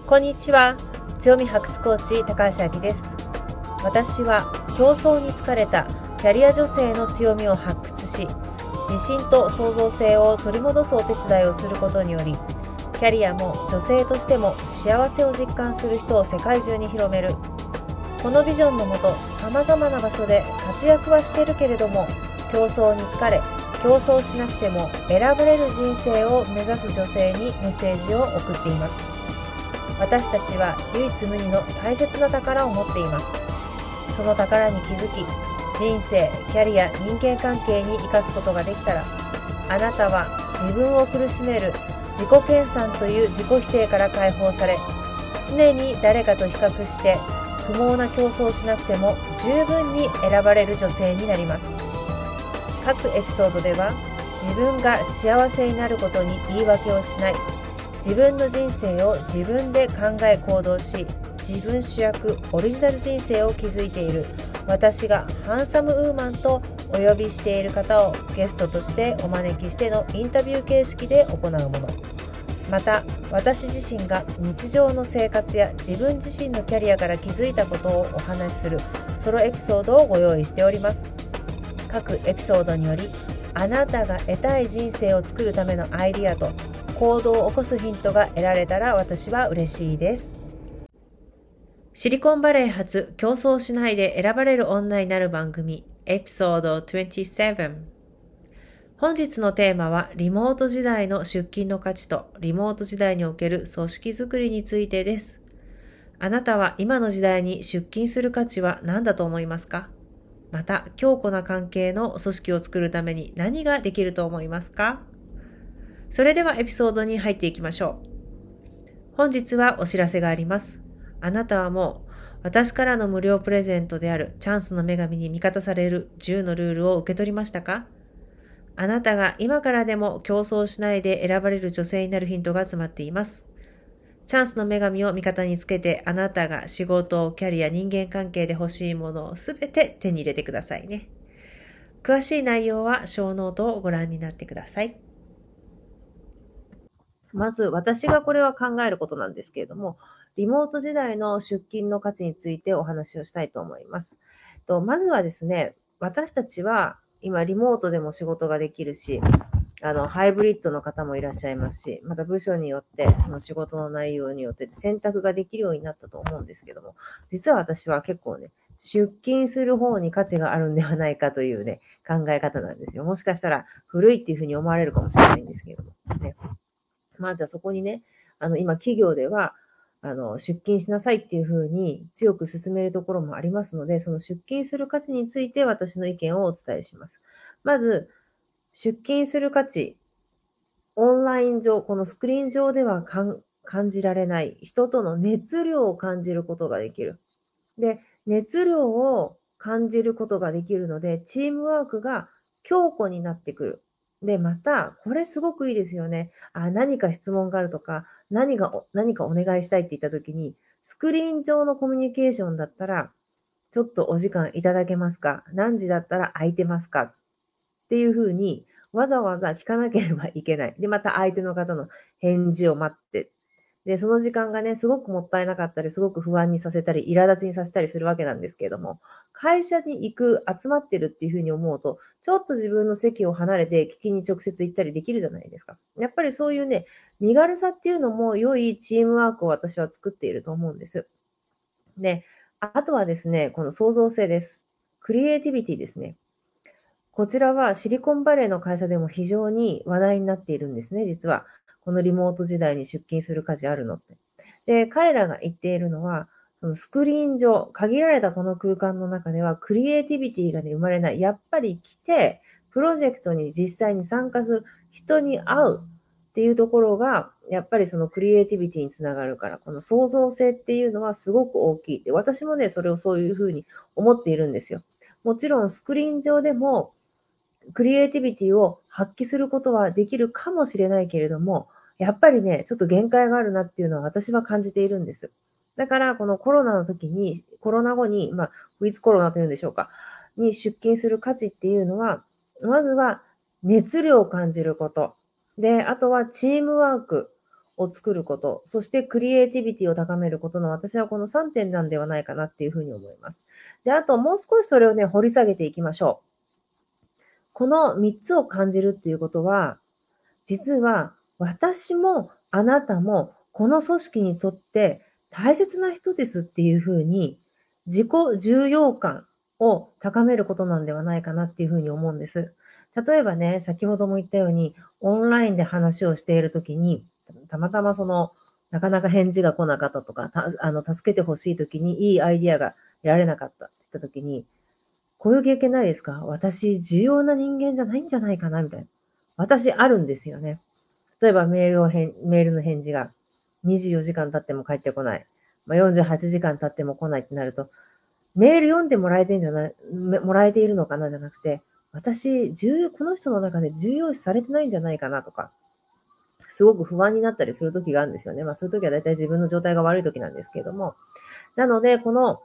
こんにちは。強み発掘コーチ高橋明です。私は競争に疲れたキャリア女性の強みを発掘し、自信と創造性を取り戻すお手伝いをすることにより、キャリアも女性としても幸せを実感する人を世界中に広める。このビジョンのもと、様々な場所で活躍はしているけれども、競争に疲れ、競争しなくても選ばれる人生を目指す女性にメッセージを送っています。私たちは唯一無二の大切な宝を持っています。その宝に気づき、人生、キャリア、人間関係に生かすことができたら、あなたは自分を苦しめる自己研鑽という自己否定から解放され、常に誰かと比較して不毛な競争をしなくても十分に選ばれる女性になります。各エピソードでは、自分が幸せになることに言い訳をしない、自分の人生を自分で考え行動し、自分主役オリジナル人生を築いている私がハンサムウーマンとお呼びしている方をゲストとしてお招きしてのインタビュー形式で行うもの。また、私自身が日常の生活や自分自身のキャリアから気づいたことをお話しするソロエピソードをご用意しております。各エピソードにより、あなたが得たい人生を作るためのアイディアと行動を起こすヒントが得られたら私は嬉しいです。シリコンバレー発競争しないで選ばれる女になる番組エピソード27。本日のテーマはリモート時代の出勤の価値とリモート時代における組織づくりについてです。あなたは今の時代に出勤する価値は何だと思いますか？また、強固な関係の組織を作るために何ができると思いますか？それではエピソードに入っていきましょう。本日はお知らせがあります。あなたはもう私からの無料プレゼントであるチャンスの女神に味方される10のルールを受け取りましたか？あなたが今からでも競争しないで選ばれる女性になるヒントが詰まっています。チャンスの女神を味方につけて、あなたが仕事、キャリア、人間関係で欲しいものをすべて手に入れてくださいね。詳しい内容は小ノートをご覧になってください。まず私がこれは考えることなんですけれども、リモート時代の出勤の価値についてお話をしたいと思います。まずはですね、私たちは今リモートでも仕事ができるし、ハイブリッドの方もいらっしゃいますし、また部署によって、その仕事の内容によって選択ができるようになったと思うんですけども、実は私は結構ね、出勤する方に価値があるんではないかというね、考え方なんですよ。もしかしたら古いっていうふうに思われるかもしれないんですけども、ね。まあじゃあそこにね、今企業では、出勤しなさいっていうふうに強く進めるところもありますので、その出勤する価値について私の意見をお伝えします。まず、出勤する価値、オンライン上、このスクリーン上では感じられない人との熱量を感じることができる。で、熱量を感じることができるので、チームワークが強固になってくる。で、また、これすごくいいですよね。何か質問があるとか、何かお願いしたいって言ったときに、スクリーン上のコミュニケーションだったら、ちょっとお時間いただけますか？何時だったら空いてますか？っていうふうに、わざわざ聞かなければいけない。で、また相手の方の返事を待って。で、その時間がね、すごくもったいなかったり、すごく不安にさせたり、苛立ちにさせたりするわけなんですけれども、会社に行く、集まってるっていうふうに思うと、ちょっと自分の席を離れて聞きに直接行ったりできるじゃないですか。やっぱりそういうね、身軽さっていうのも良いチームワークを私は作っていると思うんです。で、あとはですね、この創造性です。クリエイティビティですね。こちらはシリコンバレーの会社でも非常に話題になっているんですね、実は。このリモート時代に出勤する価値あるのって。で、彼らが言っているのは、そのスクリーン上、限られたこの空間の中ではクリエイティビティが、ね、生まれない。やっぱり来て、プロジェクトに実際に参加する人に会うっていうところが、やっぱりそのクリエイティビティにつながるから、この創造性っていうのはすごく大きい。で、私もね、それをそういうふうに思っているんですよ。もちろんスクリーン上でも、クリエイティビティを発揮することはできるかもしれないけれども、やっぱりね、ちょっと限界があるなっていうのは私は感じているんです。だから、このコロナの時に、コロナ後に、ウィズコロナというんでしょうか、に出勤する価値っていうのは、まずは熱量を感じること。で、あとはチームワーク。 を作ること、そしてクリエイティビティを高めることの私はこの3点なんではないかなっていうふうに思います。で、あともう少しそれをね、掘り下げていきましょう。この3つを感じるっていうことは、実は私もあなたもこの組織にとって大切な人ですっていうふうに自己重要感を高めることなんではないかなっていうふうに思うんです。例えばね、先ほども言ったようにオンラインで話をしているときに、たまたまなかなか返事が来なかったとか、助けてほしいときにいいアイディアが得られなかったって言ったときに、こういう経験ないですか？私、重要な人間じゃないんじゃないかなみたいな。私、あるんですよね。例えばメールの返事が24時間経っても返ってこない。48時間経っても来ないってなると、メール読んでもらえてんじゃない、もらえているのかなじゃなくて、私、この人の中で重要視されてないんじゃないかなとか、すごく不安になったりする時があるんですよね。そういう時は大体自分の状態が悪い時なんですけれども。なので、この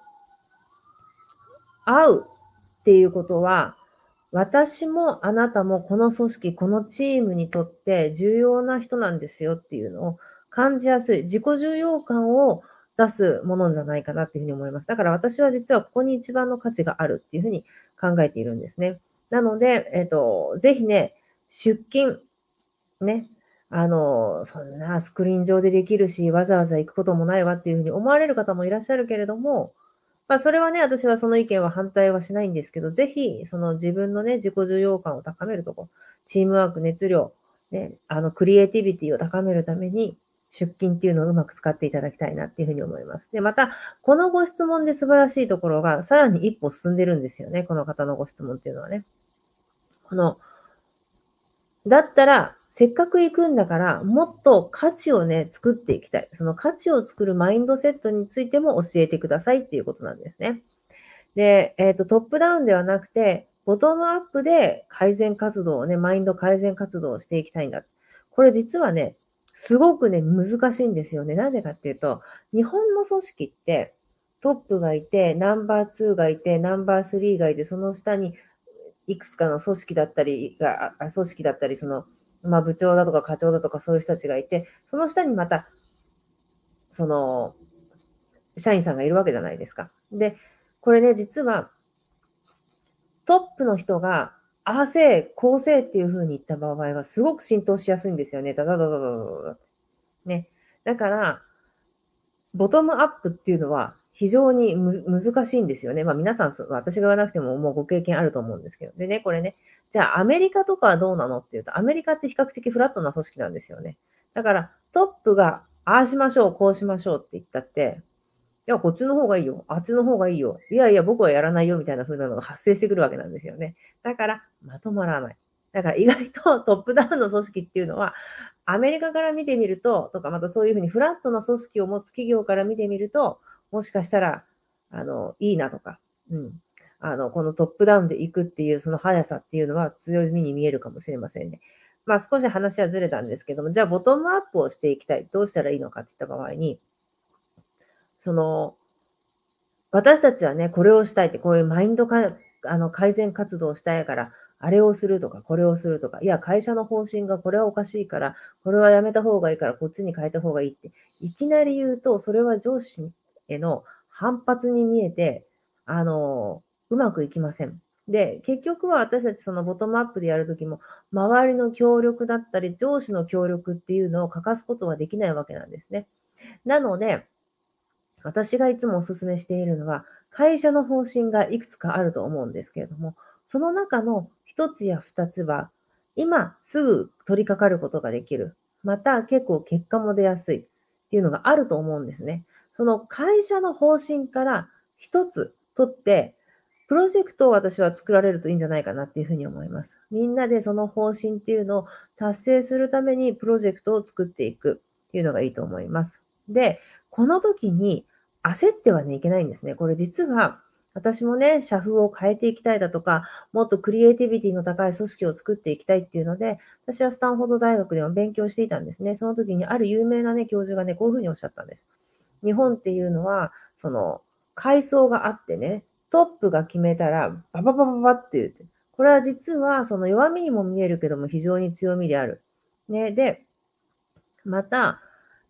会うっていうことは、私もあなたもこの組織、このチームにとって重要な人なんですよっていうのを感じやすい、自己重要感を出すものじゃないかなっていうふうに思います。だから私は実はここに一番の価値があるっていうふうに考えているんですね。なので、ぜひね、出勤、ね、そんなスクリーン上でできるし、わざわざ行くこともないわっていうふうに思われる方もいらっしゃるけれども、それはね、私はその意見は反対はしないんですけど、ぜひ、その自分のね、自己重要感を高めるところ、チームワーク、熱量、ね、クリエイティビティを高めるために、出勤っていうのをうまく使っていただきたいなっていうふうに思います。で、また、このご質問で素晴らしいところが、さらに一歩進んでるんですよね。この方のご質問っていうのはね。この、だったら、せっかく行くんだから、もっと価値をね、作っていきたい。その価値を作るマインドセットについても教えてくださいっていうことなんですね。で、トップダウンではなくて、ボトムアップで改善活動をね、マインド改善活動をしていきたいんだ。これ実はね、すごくね、難しいんですよね。なんでかっていうと、日本の組織って、トップがいて、ナンバー2がいて、ナンバー3がいて、その下にいくつかの組織だったり、部長だとか課長だとかそういう人たちがいて、その下にまた、その、社員さんがいるわけじゃないですか。で、これね、実は、トップの人が、ああせえ、こうせえっていう風に言った場合は、すごく浸透しやすいんですよね。ダダダダダダダ。ね。だから、ボトムアップっていうのは、非常に難しいんですよね。皆さん、私が言わなくてももうご経験あると思うんですけど。でね、これね、じゃあアメリカとかはどうなのっていうと、アメリカって比較的フラットな組織なんですよね。だから、トップが、ああしましょう、こうしましょうって言ったって、いや、こっちの方がいいよ。あっちの方がいいよ。いやいや、僕はやらないよみたいな風なのが発生してくるわけなんですよね。だから、まとまらない。だから意外とトップダウンの組織っていうのは、アメリカから見てみると、とか、またそういう風にフラットな組織を持つ企業から見てみると、もしかしたら、いいなとか、うん。このトップダウンで行くっていうその速さっていうのは強みに見えるかもしれませんね。少し話はずれたんですけども、じゃあボトムアップをしていきたい。どうしたらいいのかって言った場合に、その、私たちはね、これをしたいって、こういうマインド改善活動をしたいから、あれをするとか、これをするとか、いや、会社の方針がこれはおかしいから、これはやめた方がいいから、こっちに変えた方がいいって、いきなり言うと、それは上司への反発に見えて、うまくいきません。で、結局は私たちそのボトムアップでやるときも、周りの協力だったり、上司の協力っていうのを欠かすことはできないわけなんですね。なので、私がいつもお勧めしているのは、会社の方針がいくつかあると思うんですけれども、その中の一つや二つは、今すぐ取り掛かることができる。また結構結果も出やすいっていうのがあると思うんですね。その会社の方針から一つ取って、プロジェクトを私は作られるといいんじゃないかなっていうふうに思います。みんなでその方針っていうのを達成するためにプロジェクトを作っていくっていうのがいいと思います。で、この時に焦ってはね、いけないんですね。これ実は、私もね、社風を変えていきたいだとか、もっとクリエイティビティの高い組織を作っていきたいっていうので、私はスタンフォード大学でも勉強していたんですね。その時にある有名なね、教授がね、こういうふうにおっしゃったんです。日本っていうのは、階層があってね、トップが決めたら、バババババって言って、これは実はその弱みにも見えるけども非常に強みである。ね、で、また、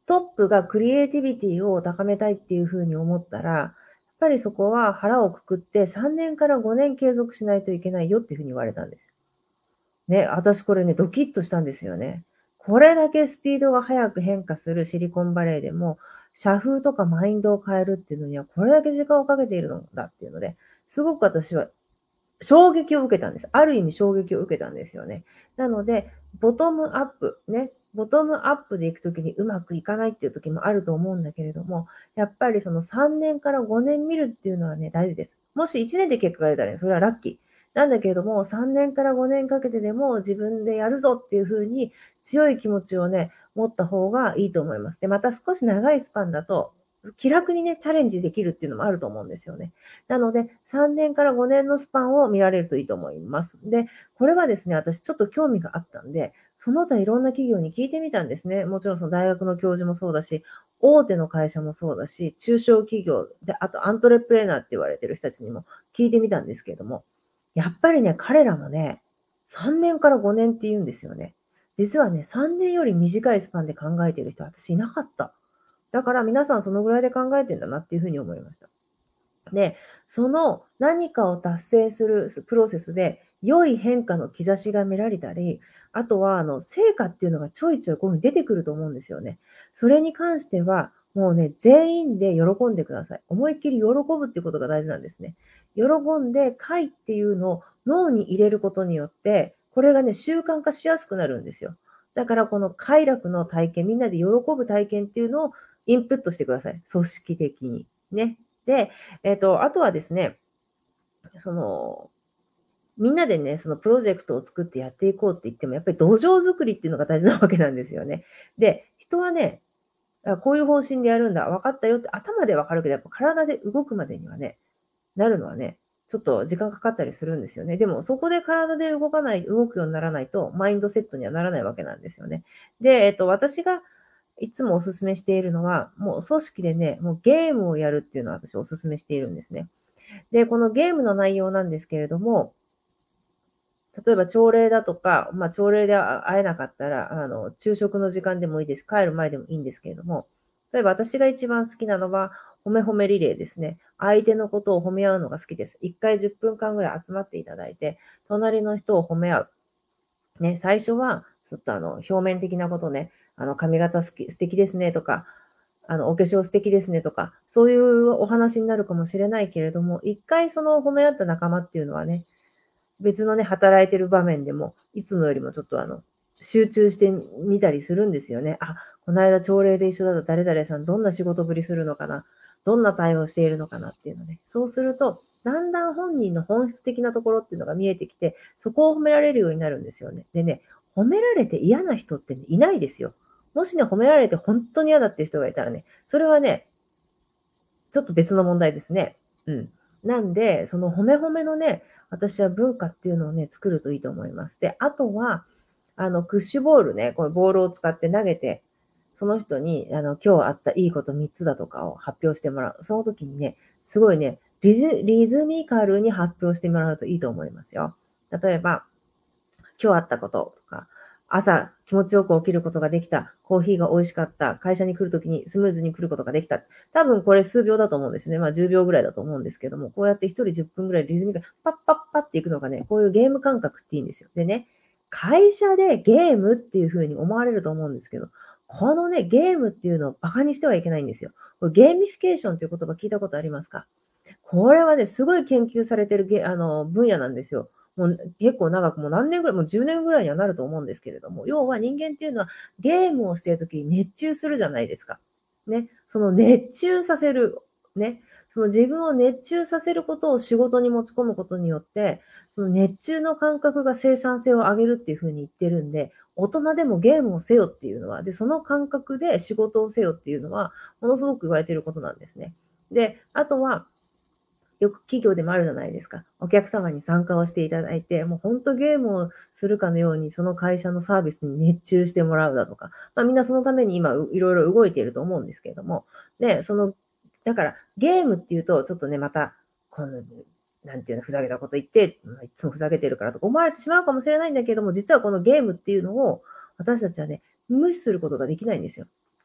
トップがクリエイティビティを高めたいっていうふうに思ったら、やっぱりそこは腹をくくって3年から5年継続しないといけないよっていうふうに言われたんです。ね、私これね、ドキッとしたんですよね。これだけスピードが速く変化するシリコンバレーでも、社風とかマインドを変えるっていうのには、これだけ時間をかけているのだっていうので、すごく私は衝撃を受けたんです。ある意味衝撃を受けたんですよね。なので、ボトムアップ、ね、ボトムアップで行くときにうまくいかないっていう時もあると思うんだけれども、やっぱりその3年から5年見るっていうのはね、大事です。もし1年で結果が出たらね、それはラッキー。なんだけれども、3年から5年かけてでも自分でやるぞっていう風に強い気持ちをね、持った方がいいと思います。で、また少し長いスパンだと、気楽にね、チャレンジできるっていうのもあると思うんですよね。なので、3年から5年のスパンを見られるといいと思います。で、これはですね、私ちょっと興味があったんで、その他いろんな企業に聞いてみたんですね。もちろんその大学の教授もそうだし、大手の会社もそうだし、中小企業で、あとアントレプレーナーって言われてる人たちにも聞いてみたんですけれども、やっぱりね、彼らもね、3年から5年って言うんですよね。実はね、3年より短いスパンで考えている人は私いなかった。だから皆さんそのぐらいで考えてんだなっていうふうに思いました。で、その何かを達成するプロセスで、良い変化の兆しが見られたり、あとは、成果っていうのがちょいちょいこういうふうに出てくると思うんですよね。それに関しては、もうね、全員で喜んでください。思いっきり喜ぶっていうことが大事なんですね。喜んで、快っていうのを脳に入れることによって、これがね、習慣化しやすくなるんですよ。だからこの快楽の体験、みんなで喜ぶ体験っていうのをインプットしてください。組織的に。ね。で、あとはですね、その、みんなでね、そのプロジェクトを作ってやっていこうって言っても、やっぱり土壌作りっていうのが大事なわけなんですよね。で、人はね、こういう方針でやるんだ、分かったよって頭で分かるけど、やっぱ体で動くまでにはね、なるのはね、ちょっと時間かかったりするんですよね。でも、そこで体で動くようにならないと、マインドセットにはならないわけなんですよね。で、私がいつもお勧めしているのは、もう組織でね、もうゲームをやるっていうのは私お勧めしているんですね。で、このゲームの内容なんですけれども、例えば朝礼だとか、朝礼で会えなかったら、昼食の時間でもいいです。帰る前でもいいんですけれども、例えば私が一番好きなのは、褒め褒めリレーですね。相手のことを褒め合うのが好きです。1回10分間ぐらい集まっていただいて、隣の人を褒め合う。ね、最初は、ちょっと表面的なことね、髪型素敵ですねとか、お化粧素敵ですねとか、そういうお話になるかもしれないけれども、一回その褒め合った仲間っていうのはね、別のね、働いてる場面でも、いつもよりもちょっと集中してみたりするんですよね。あ、この間朝礼で一緒だった誰々さん、どんな仕事ぶりするのかな、どんな対応しているのかなっていうのね。そうすると、だんだん本人の本質的なところっていうのが見えてきて、そこを褒められるようになるんですよね。でね、褒められて嫌な人ってね、いないですよ。もしね、褒められて本当に嫌だっていう人がいたらね、それはね、ちょっと別の問題ですね。うん。なんで、その褒め褒めのね、私は文化っていうのをね、作るといいと思います。で、あとは、クッシュボールね、このボールを使って投げて、その人に、今日あったいいこと3つだとかを発表してもらう。その時にね、すごいね、リズミカルに発表してもらうといいと思いますよ。例えば、今日あったこととか、朝気持ちよく起きることができた、コーヒーが美味しかった、会社に来るときにスムーズに来ることができた。多分これ数秒だと思うんですね。10秒ぐらいだと思うんですけども、こうやって一人10分ぐらいリズミカルパッパッパッっていくのがね、こういうゲーム感覚っていいんですよ。でね、会社でゲームっていう風に思われると思うんですけど、このね、ゲームっていうのを馬鹿にしてはいけないんですよ。これゲーミフィケーションという言葉聞いたことありますか？これはね、すごい研究されてる分野なんですよ。もう結構長く、もう何年ぐらい、もう10年ぐらいにはなると思うんですけれども、要は人間っていうのはゲームをしているときに熱中するじゃないですか。ね。その熱中させる、ね。その自分を熱中させることを仕事に持ち込むことによって、その熱中の感覚が生産性を上げるっていうふうに言ってるんで、大人でもゲームをせよっていうのは、で、その感覚で仕事をせよっていうのは、ものすごく言われていることなんですね。で、あとは、よく企業でもあるじゃないですか。お客様に参加をしていただいて、もう本当ゲームをするかのように、その会社のサービスに熱中してもらうだとか、みんなそのために今いろいろ動いていると思うんですけれども、で、だからゲームっていうと、ちょっとね、また、この、なんていうの、ふざけたこと言って、いつもふざけてるからとか思われてしまうかもしれないんだけども、実はこのゲームっていうのを、私たちはね、無視することができないんですよ。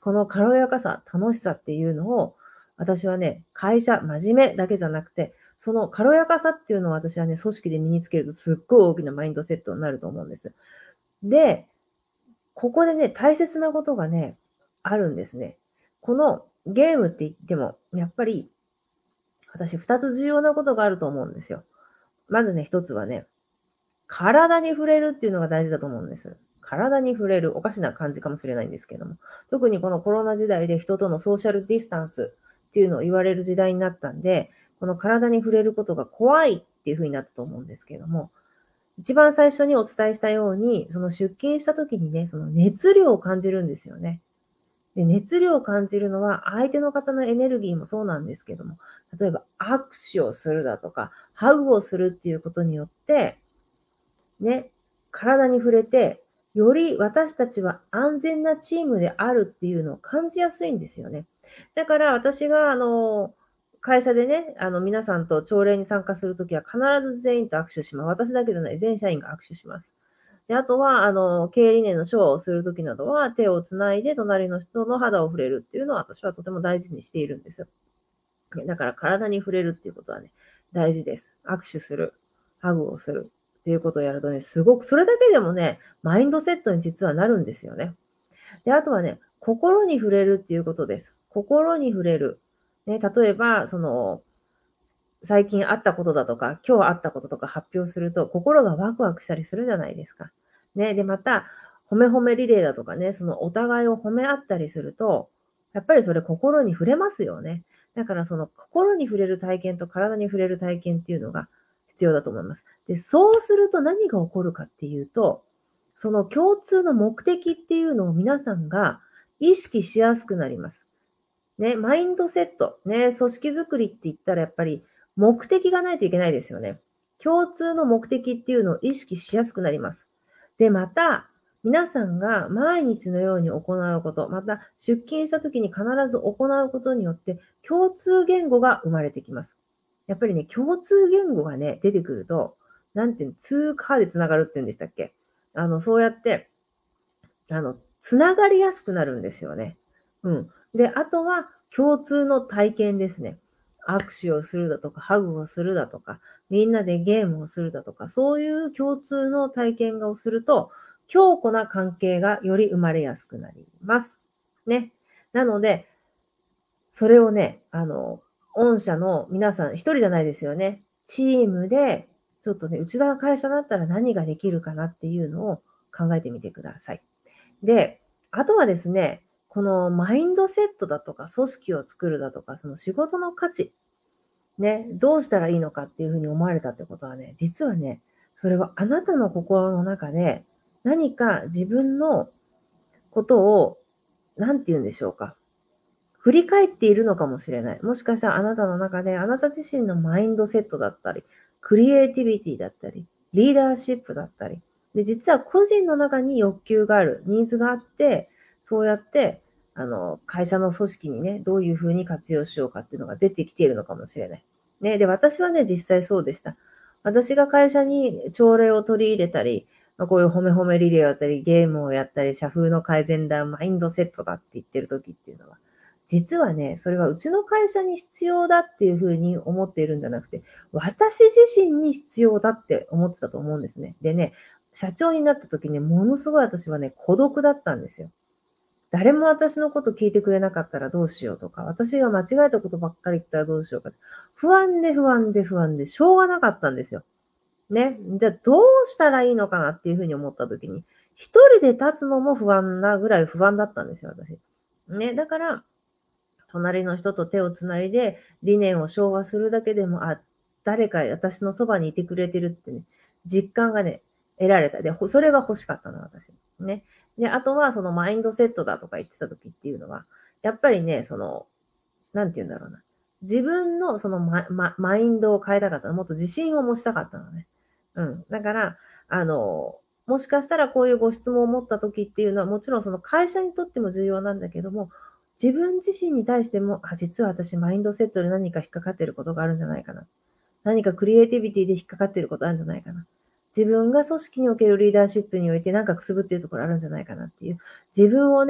この軽やかさ、楽しさっていうのを、私はね、会社、真面目だけじゃなくて、その軽やかさっていうのを私はね、組織で身につけるとすっごい大きなマインドセットになると思うんです。で、ここでね、大切なことがね、あるんですね。このゲームって言っても、やっぱり私2つ重要なことがあると思うんですよ。まずね、1つはね、体に触れるっていうのが大事だと思うんです。体に触れる、おかしな感じかもしれないんですけども。特にこのコロナ時代で人とのソーシャルディスタンスっていうのを言われる時代になったんで、この体に触れることが怖いっていう風になったと思うんですけども、一番最初にお伝えしたように、その出勤した時にね、その熱量を感じるんですよね。で、熱量を感じるのは相手の方のエネルギーもそうなんですけども、例えば握手をするだとか、ハグをするっていうことによって、ね、体に触れて、より私たちは安全なチームであるっていうのを感じやすいんですよね。だから私が会社でね、皆さんと朝礼に参加するときは必ず全員と握手します。私だけじゃない、全社員が握手します。で、あとは、経営理念の書をするときなどは、手をつないで隣の人の肌を触れるっていうのは私はとても大事にしているんですよ。だから体に触れるっていうことはね、大事です。握手する、ハグをするっていうことをやるとね、すごく、それだけでもね、マインドセットに実はなるんですよね。で、あとはね、心に触れるっていうことです。心に触れる。ね、例えば、最近あったことだとか、今日あったこととか発表すると、心がワクワクしたりするじゃないですか。ね、で、また、褒め褒めリレーだとかね、そのお互いを褒め合ったりすると、やっぱりそれ心に触れますよね。だからその心に触れる体験と体に触れる体験っていうのが必要だと思います。で、そうすると何が起こるかっていうと、その共通の目的っていうのを皆さんが意識しやすくなります。ね、マインドセット、ね、組織づくりって言ったらやっぱり目的がないといけないですよね。共通の目的っていうのを意識しやすくなります。で、また、皆さんが毎日のように行うこと、また出勤した時に必ず行うことによって共通言語が生まれてきます。やっぱりね、共通言語がね、出てくると、なんていうの、通貨で繋がるって言うんでしたっけ？そうやって、繋がりやすくなるんですよね。うん。で、あとは共通の体験ですね。握手をするだとか、ハグをするだとか、みんなでゲームをするだとか、そういう共通の体験をすると、強固な関係がより生まれやすくなります。ね。なので、それをね、御社の皆さん、一人じゃないですよね。チームで、ちょっとね、うちの会社だったら何ができるかなっていうのを考えてみてください。で、あとはですね、このマインドセットだとか、組織を作るだとか、その仕事の価値、ね、どうしたらいいのかっていうふうに思われたってことはね、実はね、それはあなたの心の中で、何か自分のことを、なんて言うんでしょうか。振り返っているのかもしれない。もしかしたらあなたの中で、あなた自身のマインドセットだったり、クリエイティビティだったり、リーダーシップだったり、で、実は個人の中に欲求がある、ニーズがあって、そうやって、会社の組織にね、どういうふうに活用しようかっていうのが出てきているのかもしれない。ね、で、私はね、実際そうでした。私が会社に朝礼を取り入れたり、こういう褒め褒めリレーをやったり、ゲームをやったり、社風の改善だ、マインドセットだって言ってる時っていうのは、実はね、それはうちの会社に必要だっていうふうに思っているんじゃなくて、私自身に必要だって思ってたと思うんですね。でね、社長になった時にものすごい私はね、孤独だったんですよ。誰も私のこと聞いてくれなかったらどうしようとか、私が間違えたことばっかり言ったらどうしようか。不安で不安で不安でしょうがなかったんですよ。ね。じゃあどうしたらいいのかなっていうふうに思った時に、一人で立つのも不安なぐらい不安だったんですよ、私。ね。だから、隣の人と手をつないで理念を唱和するだけでも、あ、誰か私のそばにいてくれてるってね、実感がね、得られた。で、それが欲しかったの、私。ね。で、あとはそのマインドセットだとか言ってた時っていうのは、やっぱりね、なんて言うんだろうな。自分のそのマインドを変えたかったの。もっと自信を持ちたかったのね。うん。だから、もしかしたらこういうご質問を持った時っていうのは、もちろんその会社にとっても重要なんだけども、自分自身に対しても、あ、実は私マインドセットで何か引っかかっていることがあるんじゃないかな。何かクリエイティビティで引っかかっていることあるんじゃないかな。自分が組織におけるリーダーシップにおいてなんかくすぶっているところあるんじゃないかなっていう、自分をね、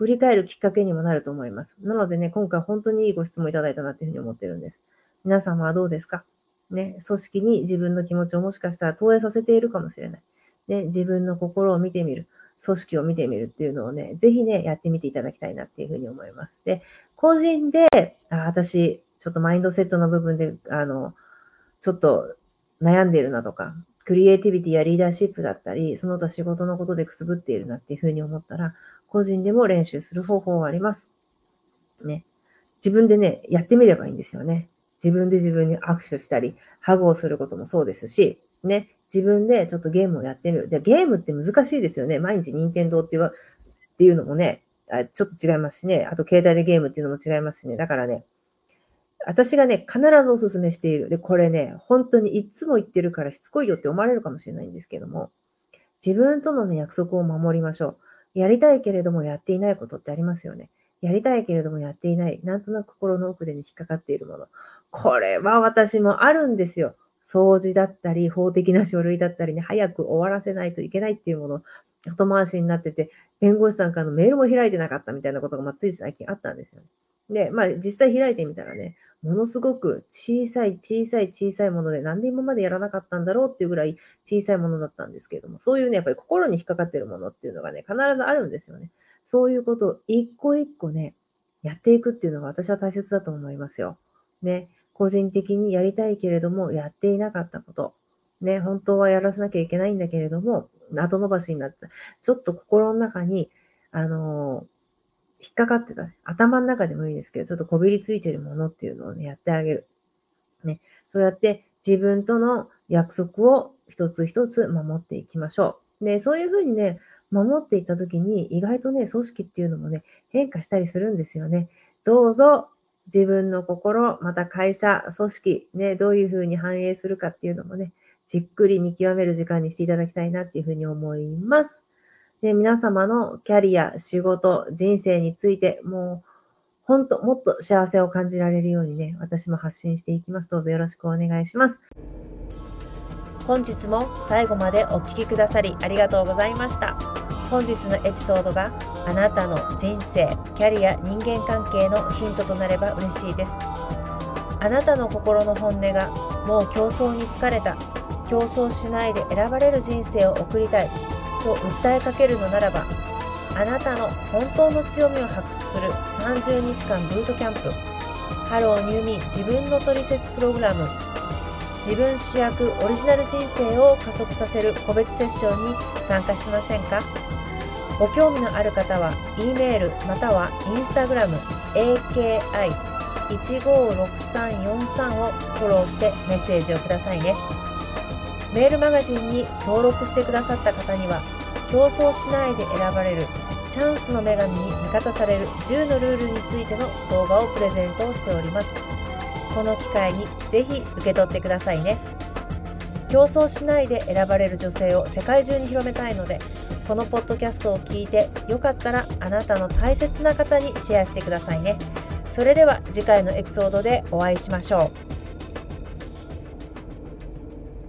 振り返るきっかけにもなると思います。なのでね、今回本当にいいご質問いただいたなっていうふうに思ってるんです。皆様はどうですかね、組織に自分の気持ちをもしかしたら投影させているかもしれない。ね、自分の心を見てみる。組織を見てみるっていうのをね、ぜひね、やってみていただきたいなっていうふうに思います。で、個人で、私、ちょっとマインドセットの部分で、ちょっと悩んでいるなとか、クリエイティビティやリーダーシップだったり、その他仕事のことでくすぶっているなっていうふうに思ったら、個人でも練習する方法はあります。ね。自分でね、やってみればいいんですよね。自分で自分に握手したり、ハグをすることもそうですし、ね。自分でちょっとゲームをやってみる。じゃあゲームって難しいですよね。毎日任天堂っていうのもね、ちょっと違いますしね。あと携帯でゲームっていうのも違いますしね。だからね、私がね、必ずお勧めしている。で、これね、本当にいつも言ってるからしつこいよって思われるかもしれないんですけども、自分とのね、約束を守りましょう。やりたいけれどもやっていないことってありますよね。やりたいけれどもやっていない。なんとなく心の奥で、ね、引っかかっているもの。これは私もあるんですよ。掃除だったり、法的な書類だったりね、早く終わらせないといけないっていうもの、後回しになってて、弁護士さんからのメールも開いてなかったみたいなことが、つい最近あったんですよね。で、実際開いてみたらね、ものすごく小さいもので、なんで今までやらなかったんだろうっていうぐらい小さいものだったんですけれども、そういうね、やっぱり心に引っかかっているものっていうのがね、必ずあるんですよね。そういうことを一個一個ね、やっていくっていうのが私は大切だと思いますよ。ね、個人的にやりたいけれども、やっていなかったこと。ね、本当はやらせなきゃいけないんだけれども、後延ばしになった。ちょっと心の中に、引っかかってた、頭の中でもいいですけど、ちょっとこびりついてるものっていうのをね、やってあげる。ね。そうやって自分との約束を一つ一つ守っていきましょう。で、そういうふうにね、守っていったときに、意外とね、組織っていうのもね、変化したりするんですよね。どうぞ、自分の心、また会社、組織、ね、どういうふうに反映するかっていうのもね、じっくり見極める時間にしていただきたいなっていうふうに思います。で、皆様のキャリア、仕事、人生について、もっと幸せを感じられるようにね、私も発信していきます。どうぞよろしくお願いします。本日も最後までお聞きくださりありがとうございました。本日のエピソードがあなたの人生、キャリア、人間関係のヒントとなれば嬉しいです。あなたの心の本音がもう競争に疲れた、競争しないで選ばれる人生を送りたいと訴えかけるのならば、あなたの本当の強みを発掘する30日間ブートキャンプ、ハローニューミー自分のトリセツプログラム、自分主役オリジナル人生を加速させる個別セッションに参加しませんか？ご興味のある方は E メールまたは Instagram AKI156343 をフォローしてメッセージをくださいね。メールマガジンに登録してくださった方には、競争しないで選ばれるチャンスの女神に味方される10のルールについての動画をプレゼントをしております。この機会にぜひ受け取ってくださいね。競争しないで選ばれる女性を世界中に広めたいので、このポッドキャストを聞いてよかったらあなたの大切な方にシェアしてくださいね。それでは次回のエピソードでお会いしましょう。